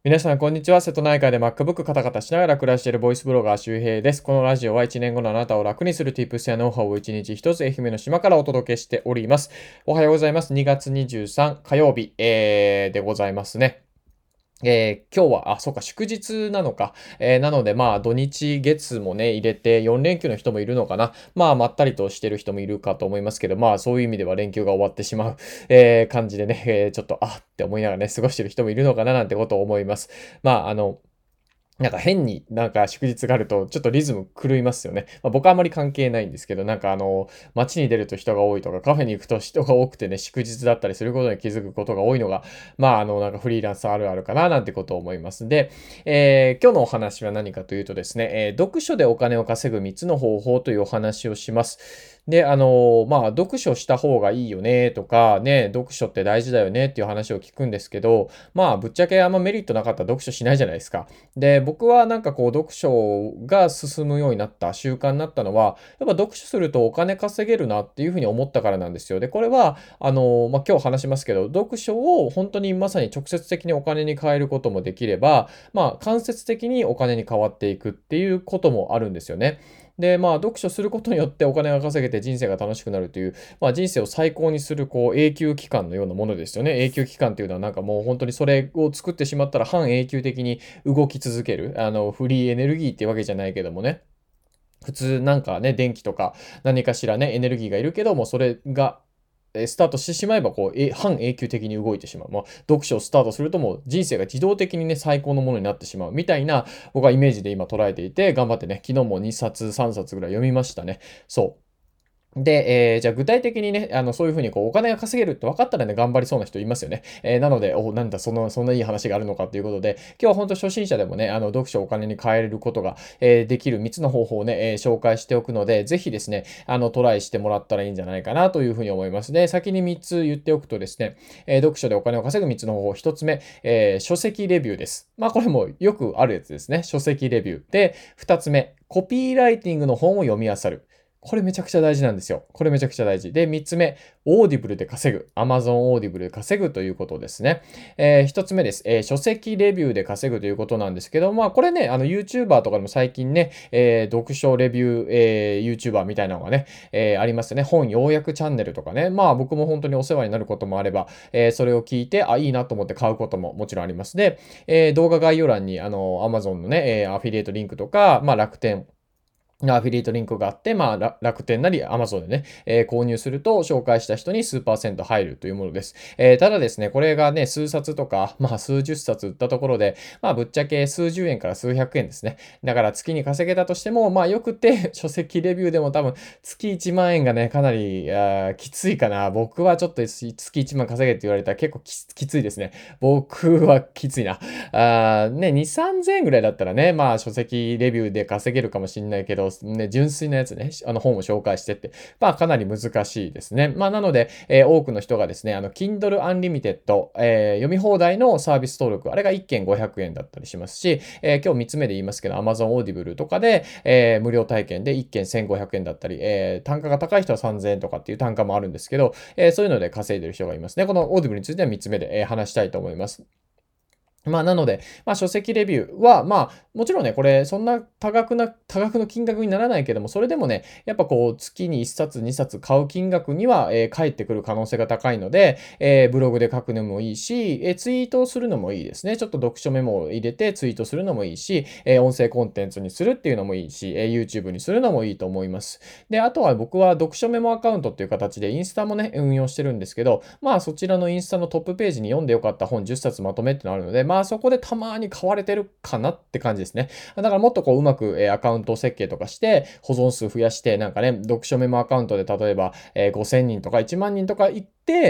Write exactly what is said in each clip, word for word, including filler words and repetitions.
皆さん、こんにちは。瀬戸内海で MacBook カタカタしながら暮らしているボイスブロガー周平です。このラジオはいちねんごのあなたを楽にする Tips やノウハウをいちにちひとつ愛媛の島からお届けしております。おはようございます。にがつにじゅうさん火曜日、えー、でございますね。えー今日は、あ、そうか、祝日なのか。えーなので、まあ、土日月もね、入れてよん連休の人もいるのかな。まあ、まったりとしてる人もいるかと思いますけど、まあ、そういう意味では連休が終わってしまう、えー感じでね、えーちょっと、あって思いながらね、過ごしてる人もいるのかななんてことを思います。まあ、あの、なんか変になんか祝日があるとちょっとリズム狂いますよね。まあ、僕はあまり関係ないんですけど、なんかあの、街に出ると人が多いとか、カフェに行くと人が多くてね、祝日だったりすることに気づくことが多いのが、まああの、なんかフリーランスあるあるかななんてことを思います。で、えー今日のお話は何かというとですね、えー読書でお金を稼ぐみっつの方法というお話をします。で、あの、まあ、読書した方がいいよねとか、ね、読書って大事だよねっていう話を聞くんですけど、まあ、ぶっちゃけあんまメリットなかったら読書しないじゃないですか。で、僕はなんかこう読書が進むようになった、習慣になったのは、やっぱ読書するとお金稼げるなっていうふうに思ったからなんですよ。で、これは、あの、まあ、今日話しますけど、読書を本当にまさに直接的にお金に変えることもできれば、まあ、間接的にお金に変わっていくっていうこともあるんですよね。で、まあ、読書することによってお金が稼げて人生が楽しくなるという、まあ、人生を最高にする、こう、永久期間のようなものですよね。永久期間っていうのはなんかもう本当にそれを作ってしまったら半永久的に動き続ける。あの、フリーエネルギーっていうわけじゃないけどもね。普通なんかね、電気とか何かしらね、エネルギーがいるけども、それが、えスタートしてしまえば、こう、え半永久的に動いてしまう。まあ、読書をスタートするともう人生が自動的にね、最高のものになってしまうみたいな、僕はイメージで今捉えていて、頑張ってね、昨日もにさつ、さんさつぐらい読みましたね。そう。で、えーじゃあ具体的にね、あの、そういうふうにこう、お金が稼げるって分かったらね、頑張りそうな人いますよね。えーなので、お、なんだ、その、そんないい話があるのかということで、今日は本当初心者でもね、あの、読書をお金に変えることが、えーできるみっつの方法をね、えー紹介しておくので、ぜひですね、あの、トライしてもらったらいいんじゃないかなというふうに思います。で、先にみっつ言っておくとですね、えー読書でお金を稼ぐみっつの方法、ひとつめ、えー書籍レビューです。まあ、これもよくあるやつですね。書籍レビュー。で、ふたつめ、コピーライティングの本を読み漁る。これめちゃくちゃ大事なんですよ。これめちゃくちゃ大事。で、みっつめ、オーディブルで稼ぐ。Amazon オーディブルで稼ぐということですね。えー、ひとつめです。えー書籍レビューで稼ぐということなんですけど、まあ、これね、あの、YouTuber とかでも最近ね、えー読書レビュー、えー YouTuber みたいなのがね、えーありますね。本要約チャンネルとかね。まあ、僕も本当にお世話になることもあれば、えーそれを聞いて、あ、いいなと思って買うことももちろんあります。で、えー動画概要欄に、あの、Amazon のね、えーアフィリエイトリンクとか、まあ、楽天、アフィリエイトリンクがあって、まあ、楽天なり Amazon でね、えー購入すると紹介した人に数パーセント入るというものです。えーただですね、これがね、数冊とか、まあ、数十冊売ったところで、まあ、ぶっちゃけ数十円から数百円ですね。だから月に稼げたとしても、まあ、よくて書籍レビューでも多分月いちまん円がね、かなりあーきついかな。僕はちょっと月いちまん稼げって言われたら結構ききついですね。僕はきついな。あーね、に、さんぜんえんぐらいだったらね、まあ書籍レビューで稼げるかもしんないけど、ね、純粋なやつね、あの本を紹介してって、まあかなり難しいですね。まあなので、えー多くの人がですね、あの、Kindle Unlimited、えー読み放題のサービス登録、あれがいっけんごひゃくえんだったりしますし、えー今日みっつめで言いますけど、Amazon Audible とかで、えー無料体験でいっけんせんごひゃくえんだったり、えー単価が高い人はさんぜんえんとかっていう単価もあるんですけど、えーそういうので稼いでる人がいますね。この Audible についてはみっつめで、えー話したいと思います。まあ、なので、まあ、書籍レビューは、まあ、もちろんね、これ、そんな多額な、多額の金額にならないけども、それでもね、やっぱこう、月にいっさつ、にさつ買う金額には、えー返ってくる可能性が高いので、えーブログで書くのもいいし、えーツイートをするのもいいですね。ちょっと読書メモを入れてツイートするのもいいし、えー音声コンテンツにするっていうのもいいし、えー YouTube にするのもいいと思います。で、あとは僕は読書メモアカウントっていう形でインスタもね、運用してるんですけど、まあそちらのインスタのトップページに読んでよかった本じゅっさつまとめってのあるので、まあそこでたまに買われてるかなって感じですね。だからもっとこううまく、えーアカウント設計とかして保存数増やして、なんかね、読書メモアカウントで例えば、えーごせんにんとかいちまん人とか行って、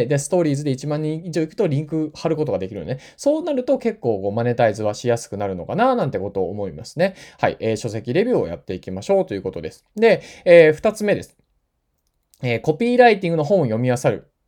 で、ストーリーズでいちまん人以上行くとリンク貼ることができるよね。そうなると結構こうマネタイズはしやすくなるのかななんてことを思いますね。はい、えー書籍レビューをやっていきましょうということです。で、えー、ふたつめです。えーコピーライティングの本を読み漁る。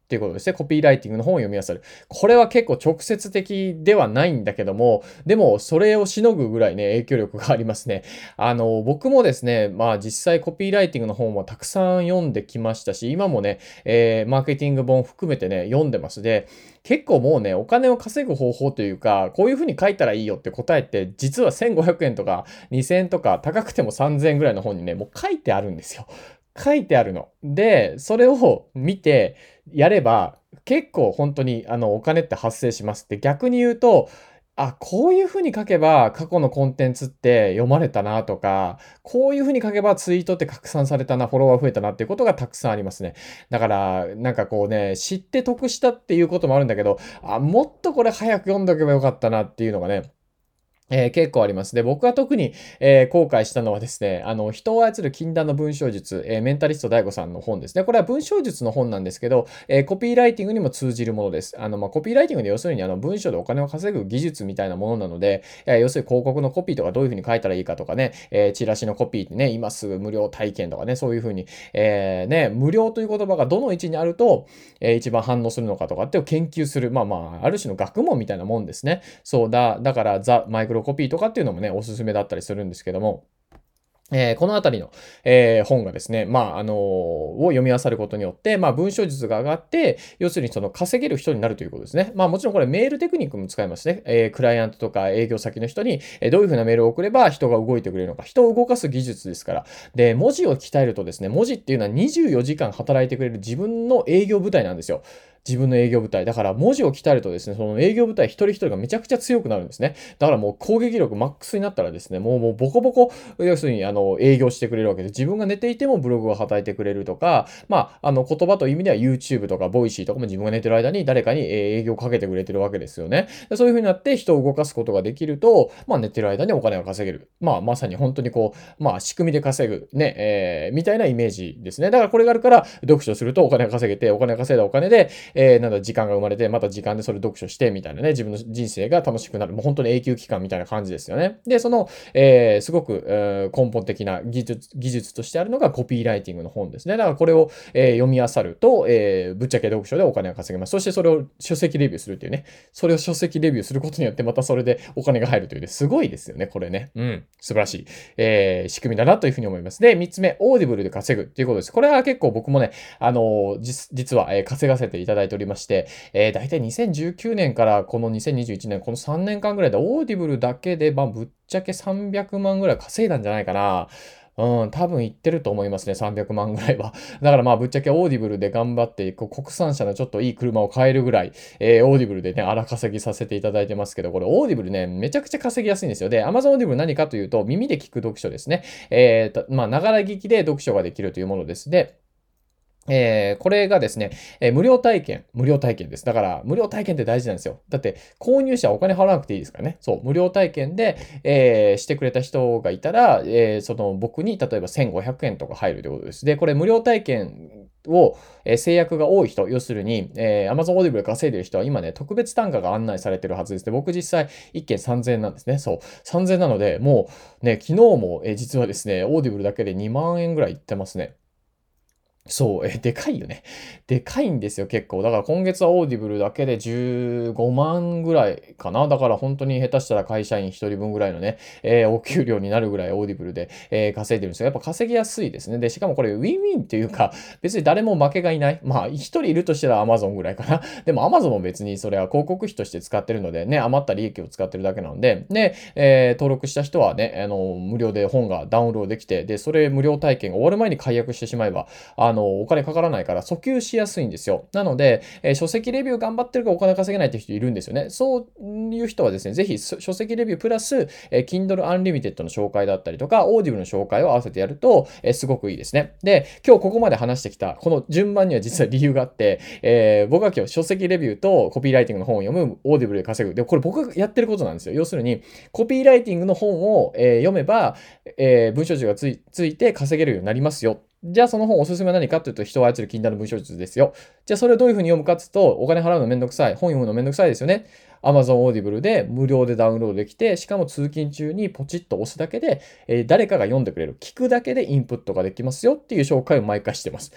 っていうことですね。コピーライティングの本を読み漁る。これは結構直接的ではないんだけども、でもそれをしのぐぐらいね、影響力がありますね。あの、僕もですね、まあ実際コピーライティングの本もたくさん読んできましたし、今もね、えーマーケティング本含めてね、読んでます。で、結構もうね、お金を稼ぐ方法というか、こういうふうに書いたらいいよって答えって、実はせんごひゃくえんとかにせんえんとか、高くてもさんぜんえんぐらいの本にね、もう書いてあるんですよ。書いてあるの。で、それを見てやれば、結構本当にあのお金って発生しますって、逆に言うと、あ、こういう風に書けば過去のコンテンツって読まれたなとか、こういう風に書けばツイートって拡散されたな、フォロワー増えたなっていうことがたくさんありますね。だから、なんかこうね、知って得したっていうこともあるんだけど、あ、もっとこれ早く読んどけばよかったなっていうのがね、えー結構あります。で、僕が特に、えー後悔したのはですね、あの、人を操る禁断の文章術、えーメンタリスト ダイゴ さんの本ですね。これは文章術の本なんですけど、えーコピーライティングにも通じるものです。あの、まあ、コピーライティングで要するにあの文章でお金を稼ぐ技術みたいなものなので、えー要するに広告のコピーとかどういうふうに書いたらいいかとかね、えーチラシのコピーってね、今すぐ無料体験とかね、そういうふうに、えーね、無料という言葉がどの位置にあると、えー一番反応するのかとかっていう研究する、まあまあ、ある種の学問みたいなもんですね。そうだ、だからザ・マイクロコピーとかっていうのもね、おすすめだったりするんですけども、えーこのあたりの、えー本がですね、まあ、あのーを読み漁ることによって、まあ、文章術が上がって、要するにその稼げる人になるということですね。まあ、もちろんこれメールテクニックも使いますね。えークライアントとか営業先の人に、えーどういうふうなメールを送れば人が動いてくれるのか、人を動かす技術ですから。で、文字を鍛えるとですね、文字っていうのはにじゅうよじかん働いてくれる自分の営業部隊なんですよ。自分の営業部隊。だから文字を鍛えるとですね、その営業部隊一人一人がめちゃくちゃ強くなるんですね。だからもう攻撃力マックスになったらですね、もうもうボコボコ要するに、あの、営業してくれるわけで、自分が寝ていてもブログを叩いてくれるとか、まあ、あの、言葉という意味では YouTube とか Voicy とかも自分が寝てる間に誰かに営業をかけてくれてるわけですよね。でそういう風になって人を動かすことができると、まあ、寝てる間にお金が稼げる。まあ、まさに本当にこう、まあ、仕組みで稼ぐ、ね、えー、みたいなイメージですね。だからこれがあるから、読書するとお金が稼げて、お金が稼いだお金で、えー、なんだ、時間が生まれて、また時間でそれ読書して、みたいなね、自分の人生が楽しくなる。もう本当に永久期間みたいな感じですよね。で、その、えー、すごく、えー根本的な技術、技術としてあるのがコピーライティングの本ですね。だからこれを、えー読み漁ると、えーぶっちゃけ読書でお金が稼げます。そしてそれを書籍レビューするっていうね。それを書籍レビューすることによってまたそれでお金が入るというね。すごいですよね、これね。うん。素晴らしい、えー仕組みだなというふうに思います。で、みっつめ、オーディブルで稼ぐっていうことです。これは結構僕もね、あのー実実は、えー稼がせていただいておりまして、えー、大体にせんじゅうきゅうねんからこのにせんにじゅういちねん、このさんねんかんぐらいでオーディブルだけで、まあ、ぶっちゃけさんびゃくまんぐらい稼いだんじゃないかな。うん、多分いってると思いますね、さんびゃくまんぐらいは。だからまあ、ぶっちゃけオーディブルで頑張って、こう国産車のちょっといい車を買えるぐらい、えーオーディブルでね、荒稼ぎさせていただいてますけど、これオーディブルね、めちゃくちゃ稼ぎやすいんですよ。で、Amazon オーディブル何かというと、耳で聞く読書ですね。えーと、まあ、ながら聞きで読書ができるというものです。で、えー、これがですね、えー無料体験、無料体験です。だから、無料体験って大事なんですよ。だって、購入者はお金払わなくていいですからね。そう、無料体験で、えーしてくれた人がいたら、えーその僕に例えばせんごひゃくえんとか入るということです。で、これ無料体験を、えー制約が多い人、要するに、えー Amazon Audible で稼いでる人は今ね、特別単価が案内されてるはずです。で、僕実際いっけんさんぜんえんなんですね。そう、さんぜんえんなので、もうね、昨日も、えー実はですね、オーディブルだけでにまん円ぐらいいってますね。そう、え、でかいよね。でかいんですよ、結構。だから今月はオーディブルだけでじゅうごまんぐらいかな。だから本当に下手したら会社員ひとりぶんぐらいのね、えーお給料になるぐらいオーディブルで、えー稼いでるんですよ。やっぱ稼ぎやすいですね。で、しかもこれウィンウィンっていうか、別に誰も負けがいない。まあ、ひとりいるとしたら Amazon ぐらいかな。でも Amazon も別にそれは広告費として使ってるのでね、余った利益を使ってるだけなので、で、えー登録した人はね、あの、無料で本がダウンロードできて、で、それ無料体験が終わる前に解約してしまえば、あの、お金かからないから訴求しやすいんですよ。なので、えー書籍レビュー頑張ってるからお金稼げないっていう人いるんですよね。そういう人はですね、ぜひ書籍レビュープラス、えー Kindle Unlimited の紹介だったりとか、Audible の紹介を合わせてやると、えーすごくいいですね。で、今日ここまで話してきた、この順番には実は理由があって、えー僕は今日書籍レビューとコピーライティングの本を読む、Audible で稼ぐ。で、これ僕がやってることなんですよ。要するに、コピーライティングの本を、えー読めば、えー文章術がついついて稼げるようになりますよ。じゃあその本おすすめは何かというと、人を操る禁断の文章術ですよ。じゃあそれをどういうふうに読むかっていうと、お金払うのめんどくさい。本読むのめんどくさいですよね。Amazon Audible で無料でダウンロードできて、しかも通勤中にポチッと押すだけで、えー誰かが読んでくれる。聞くだけでインプットができますよっていう紹介を毎回してます。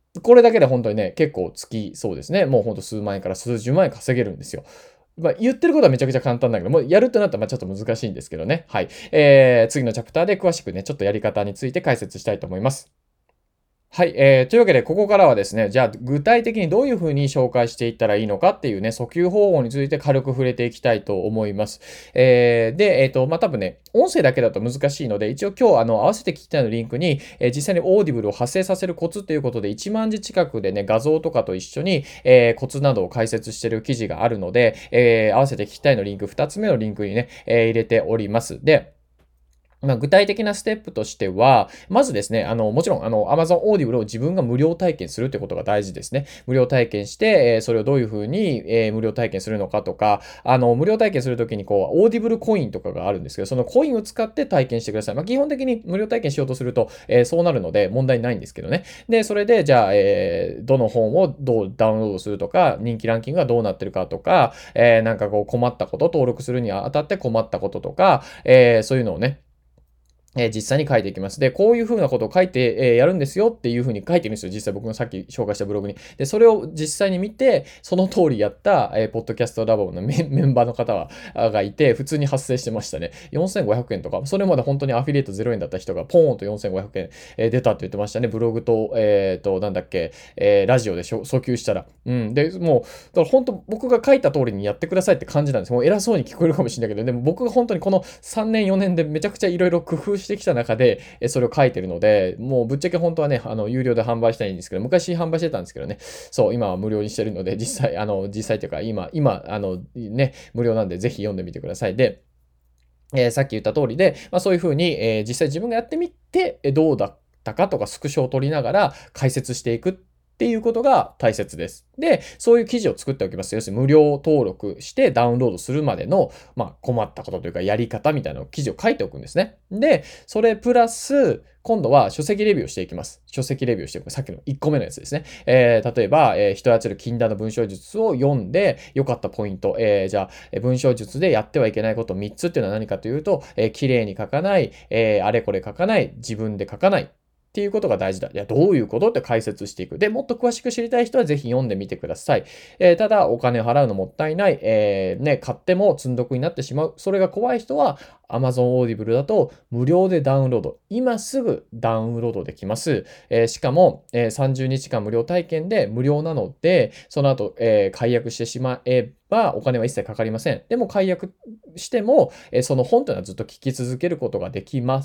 これだけで本当にね、結構つきそうですね。もうほんと数万円から数十万円稼げるんですよ。まあ、言ってることはめちゃくちゃ簡単だけど、もうやるとなったらまあちょっと難しいんですけどね。はい。えー、次のチャプターで詳しくね、ちょっとやり方について解説したいと思います。はい。えー、というわけで、ここからはですね、じゃあ、具体的にどういうふうに紹介していったらいいのかっていうね、訴求方法について軽く触れていきたいと思います。えー、で、えっ、と、まあ、多分ね、音声だけだと難しいので、一応今日、あの、合わせて聞きたいのリンクに、えー実際にオーディブルを発生させるコツということで、いちまん字近くでね、画像とかと一緒に、えーコツなどを解説している記事があるので、えー合わせて聞きたいのリンク、ふたつめのリンクにね、えー入れております。で、まあ、具体的なステップとしては、まずですね、あの、もちろん、あの、Amazon Audible を自分が無料体験するってことが大事ですね。無料体験して、えーそれをどういうふうに、えー無料体験するのかとか、あの、無料体験するときに、こう、Audible コインとかがあるんですけど、そのコインを使って体験してください。まあ、基本的に無料体験しようとすると、えーそうなるので問題ないんですけどね。で、それで、じゃあ、えーどの本をどうダウンロードするとか、人気ランキングがどうなってるかとか、えーなんかこう、困ったこと、登録するにあたって困ったこととか、えーそういうのをね、えー実際に書いていきます。で、こういう風なことを書いて、えーやるんですよっていう風に書いてるんですよ。実際僕のさっき紹介したブログに。で、それを実際に見て、その通りやった、えーポッドキャストラボのメメンバーの方はあがいて、普通に発生してましたね。よんせんごひゃくえんとか、それまで本当にアフィリエイトゼロえんだった人がポーンとよんせんごひゃくえん、えー出たって言ってましたね。ブログと、えっと、なんだっけ、えーラジオでしょ訴求したら。うん。で、もう、だから本当僕が書いた通りにやってくださいって感じなんです。もう偉そうに聞こえるかもしれないけど、でも僕が本当にこのさんねんよねんでめちゃくちゃいろいろ工夫してきた中で、えそれを書いてるので、もうぶっちゃけ本当はね、あの、有料で販売したいんですけど、昔販売してたんですけどね、そう、今は無料にしてるので、実際、あの、実際というか、今、今、あの、ね、無料なんで、ぜひ読んでみてください。で、えーさっき言った通りで、まあ、そういうふうに、えー実際自分がやってみて、えーどうだったかとかスクショを取りながら解説していくっていうことが大切です。で、そういう記事を作っておきます。要するに無料登録してダウンロードするまでの、まあ、困ったことというかやり方みたいなのを記事を書いておくんですね。で、それプラス、今度は書籍レビューをしていきます。書籍レビューをしていく。さっきのいっこめのやつですね。えー例えば、えー人を操る禁断の文章術を読んで良かったポイント。えーじゃあ、文章術でやってはいけないことみっつっていうのは何かというと、えー綺麗に書かない、えーあれこれ書かない、自分で書かない。っていうことが大事だ。いや、どういうことって解説していく。で、もっと詳しく知りたい人はぜひ読んでみてください。えーただ、お金を払うのもったいない。えーね、買っても積んどくになってしまう。それが怖い人は、Amazon Audible だと無料でダウンロード。今すぐダウンロードできます。えーしかも、えーさんじゅうにちかん無料体験で無料なので、その後、えー解約してしまえばお金は一切かかりません。でも解約しても、えーその本というのはずっと聞き続けることができます。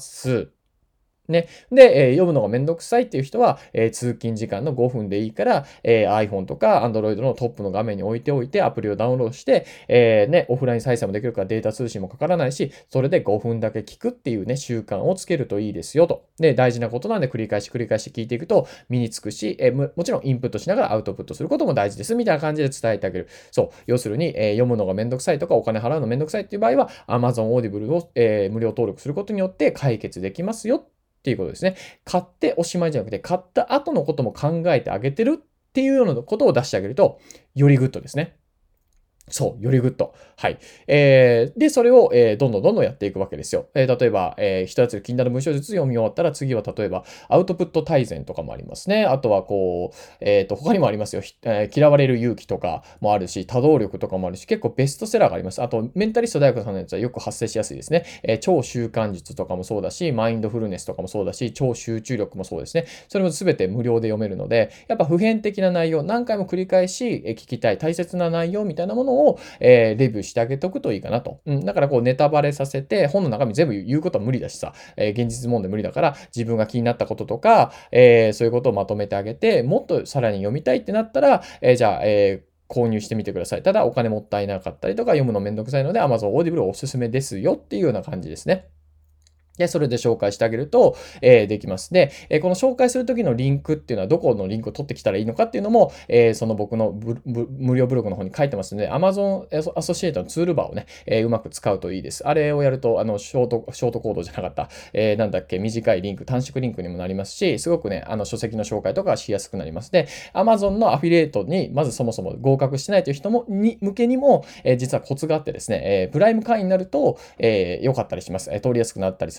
ね。で、えー読むのがめんどくさいっていう人は、えー通勤時間のごふんでいいから、えー iPhone とか Android のトップの画面に置いておいて、アプリをダウンロードして、えーね、オフライン再生もできるからデータ通信もかからないし、それでごふんだけ聞くっていうね、習慣をつけるといいですよと。で、大事なことなんで繰り返し繰り返し聞いていくと身につくし、えーももちろんインプットしながらアウトプットすることも大事です。みたいな感じで伝えてあげる。そう。要するに、えー読むのがめんどくさいとかお金払うのめんどくさいっていう場合は、Amazon Audible を、えー無料登録することによって解決できますよっていうことですね。買っておしまいじゃなくて、買った後のことも考えてあげてるっていうようなことを出してあげると、よりグッドですね。そう、よりグッド。はい。えー、で、それを、えーどんどんどんどんやっていくわけですよ。えー例えば、えー、一つ禁断の文章術読み終わったら、次は例えば、アウトプット大全とかもありますね。あとは、こう、えっと、他にもありますよ。ひえー嫌われる勇気とかもあるし、多動力とかもあるし、結構ベストセラーがあります。あと、メンタリスト大学さんのやつはよく発生しやすいですね。えー超習慣術とかもそうだし、マインドフルネスとかもそうだし、超集中力もそうですね。それも全て無料で読めるので、やっぱ普遍的な内容、何回も繰り返しえー聞きたい、大切な内容みたいなものを、えーレビューしてあげておくといいかなと。うん、だからこうネタバレさせて、本の中身全部言うことは無理だしさ、えー現実問題無理だから、自分が気になったこととか、えーそういうことをまとめてあげて、もっとさらに読みたいってなったら、えーじゃあ、えー購入してみてください。ただお金もったいなかったりとか読むのめんどくさいので Amazon Audible おすすめですよっていうような感じですね。で、それで紹介してあげると、えーできます。で、えーこの紹介するときのリンクっていうのはどこのリンクを取ってきたらいいのかっていうのも、えーその僕のブブ無料ブログの方に書いてますので、Amazon アソシエイトのツールバーをね、えーうまく使うといいです。あれをやると、あの、ショート、ショートコードじゃなかった、えーなんだっけ、短いリンク、短縮リンクにもなりますし、すごくね、あの、書籍の紹介とかしやすくなります。で、Amazon のアフィリエイトに、まずそもそも合格してないという人も、に、向けにも、えー実はコツがあってですね、えープライム会員になると、えー良かったりします。えー通りやすくなったりする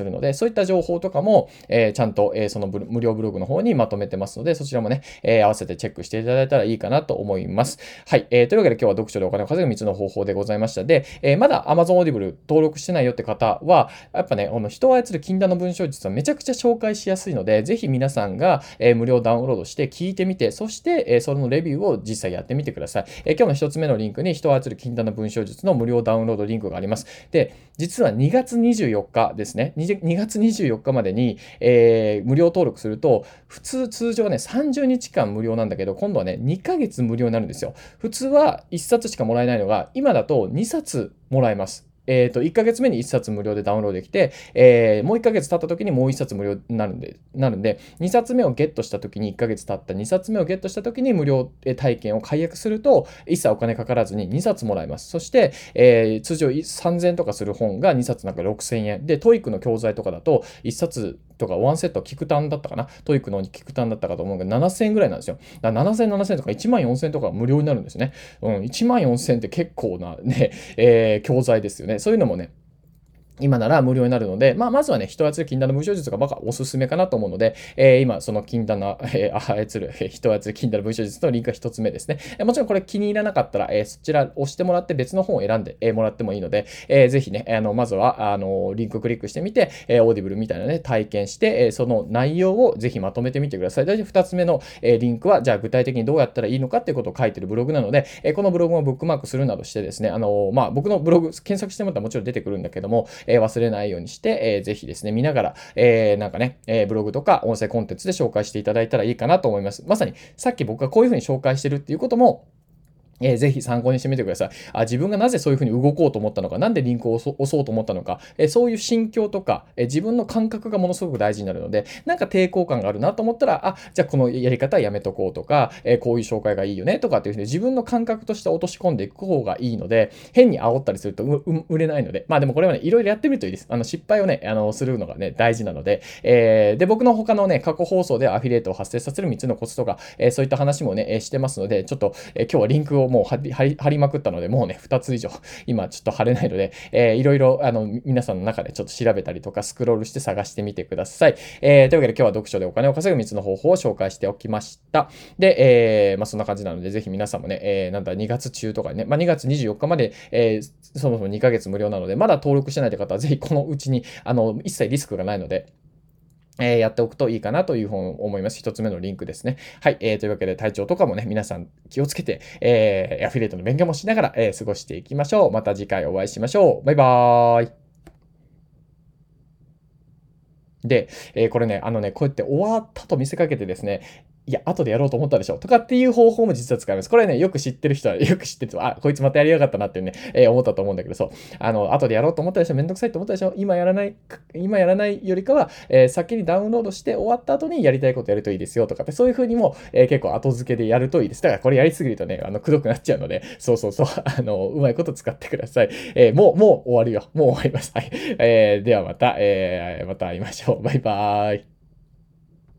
るので、そういった情報とかも、えー、ちゃんと、えー、その無料ブログの方にまとめてますので、そちらもね、えー、合わせてチェックしていただいたらいいかなと思います。はい。えー、というわけで今日は読書でお金を稼ぐみっつの方法でございました。で、えー、まだ Amazon Audible 登録してないよって方は、やっぱね、この人を操る禁断の文章術はめちゃくちゃ紹介しやすいので、ぜひ皆さんが、えー、無料ダウンロードして聞いてみて、そして、えー、そのレビューを実際やってみてください。えー、今日の一つ目のリンクに人を操る禁断の文章術の無料ダウンロードリンクがあります。で、実はにがつにじゅうよっかですね。にがつにじゅうよっかまでに、えー、無料登録すると、普通、通常はね、さんじゅうにちかん無料なんだけど、今度はね、にかげつ無料になるんですよ。普通はいっさつしかもらえないのが、今だとにさつもらえます。えっと、いっかげつめにいっさつ無料でダウンロードできて、えー、もういっかげつ経った時にもういっさつ無料になるんで、なるんで、にさつめをゲットした時にいっかげつ経ったにさつめをゲットした時に無料体験を解約すると、一切お金かからずににさつもらえます。そして、えー、通常さんぜんえんとかする本がにさつなんかろくせんえん。で、トイックの教材とかだといっさつとかワンセット聞く単だったかな、トイックの聞く単だったかと思うけど、ななせんえんぐらいなんですよ。だからななせん、ななせんとかいちまんよんせんとか無料になるんですね。うん、いちまんよんせんって結構なね、えー、教材ですよね。そういうのもね、今なら無料になるので、まあ、まずはね、人操る禁断の無償術がバカおすすめかなと思うので、えー、今、その禁断な、えー、操る、人操る禁断の無償術のリンクが一つ目ですね。もちろんこれ気に入らなかったら、えー、そちら押してもらって別の本を選んで、えー、もらってもいいので、えー、ぜひね、あの、まずは、あの、リンククリックしてみて、えー、オーディブルみたいなね、体験して、えー、その内容をぜひまとめてみてください。大体二つ目の、えー、リンクは、じゃあ具体的にどうやったらいいのかっていうことを書いてるブログなので、えー、このブログをブックマークするなどしてですね、あの、まあ、僕のブログ検索してもらったらもちろん出てくるんだけども、えー、忘れないようにして、えー、ぜひですね、見ながら、えー、なんかね、えー、ブログとか音声コンテンツで紹介していただいたらいいかなと思います。まさに、さっき僕がこういうふうに紹介してるっていうことも、えー、ぜひ参考にしてみてください。あ、自分がなぜそういうふうに動こうと思ったのか、なんでリンクを押そうと思ったのか、えー、そういう心境とか、えー、自分の感覚がものすごく大事になるので、なんか抵抗感があるなと思ったら、あ、じゃあこのやり方はやめとこうとか、えー、こういう紹介がいいよねとかっていうふうに自分の感覚として落とし込んでいく方がいいので、変に煽ったりすると売れないので、まあでもこれはね、いろいろやってみるといいです。あの失敗をね、あのするのがね、大事なので、えー、で、僕の他のね、過去放送でアフィリエイトを発生させるみっつのコツとか、えー、そういった話もね、えー、してますので、ちょっと、えー、今日はリンクをもう貼り、貼り貼りまくったので、もうね、ふたつ以上、今ちょっと貼れないので、えー、いろいろ、あの、皆さんの中でちょっと調べたりとか、スクロールして探してみてください。えー、というわけで今日は読書でお金を稼ぐみっつの方法を紹介しておきました。で、えー、まあそんな感じなので、ぜひ皆さんもね、えー、なんだ、にがつ中とかね、まあにがつにじゅうよっかまで、えー、そもそもにかげつ無料なので、まだ登録してないという方は、ぜひこのうちに、あの、一切リスクがないので、えー、やっておくといいかなというふうに思います。一つ目のリンクですね。はい。えー、というわけで体調とかもね、皆さん気をつけて、えー、アフィリエイトの勉強もしながら、えー、過ごしていきましょう。また次回お会いしましょう。バイバーイ。で、えー、これね、あのね、こうやって終わったと見せかけてですね、いや、後でやろうと思ったでしょとかっていう方法も実は使えます。これね、よく知ってる人は、よく知ってる人は、あ、こいつまたやりやがったなってね、えー、思ったと思うんだけど、そう。あの、後でやろうと思ったでしょめんどくさいと思ったでしょ今やらない、今やらないよりかは、えー、先にダウンロードして終わった後にやりたいことやるといいですよとかって、そういう風にも、えー、結構後付けでやるといいです。だからこれやりすぎるとね、あの、くどくなっちゃうので、そうそうそう、あの、うまいこと使ってください。えー、もう、もう終わるよ。もう終わります。はい。えー、ではまた、えー、また会いましょう。バイバーイ。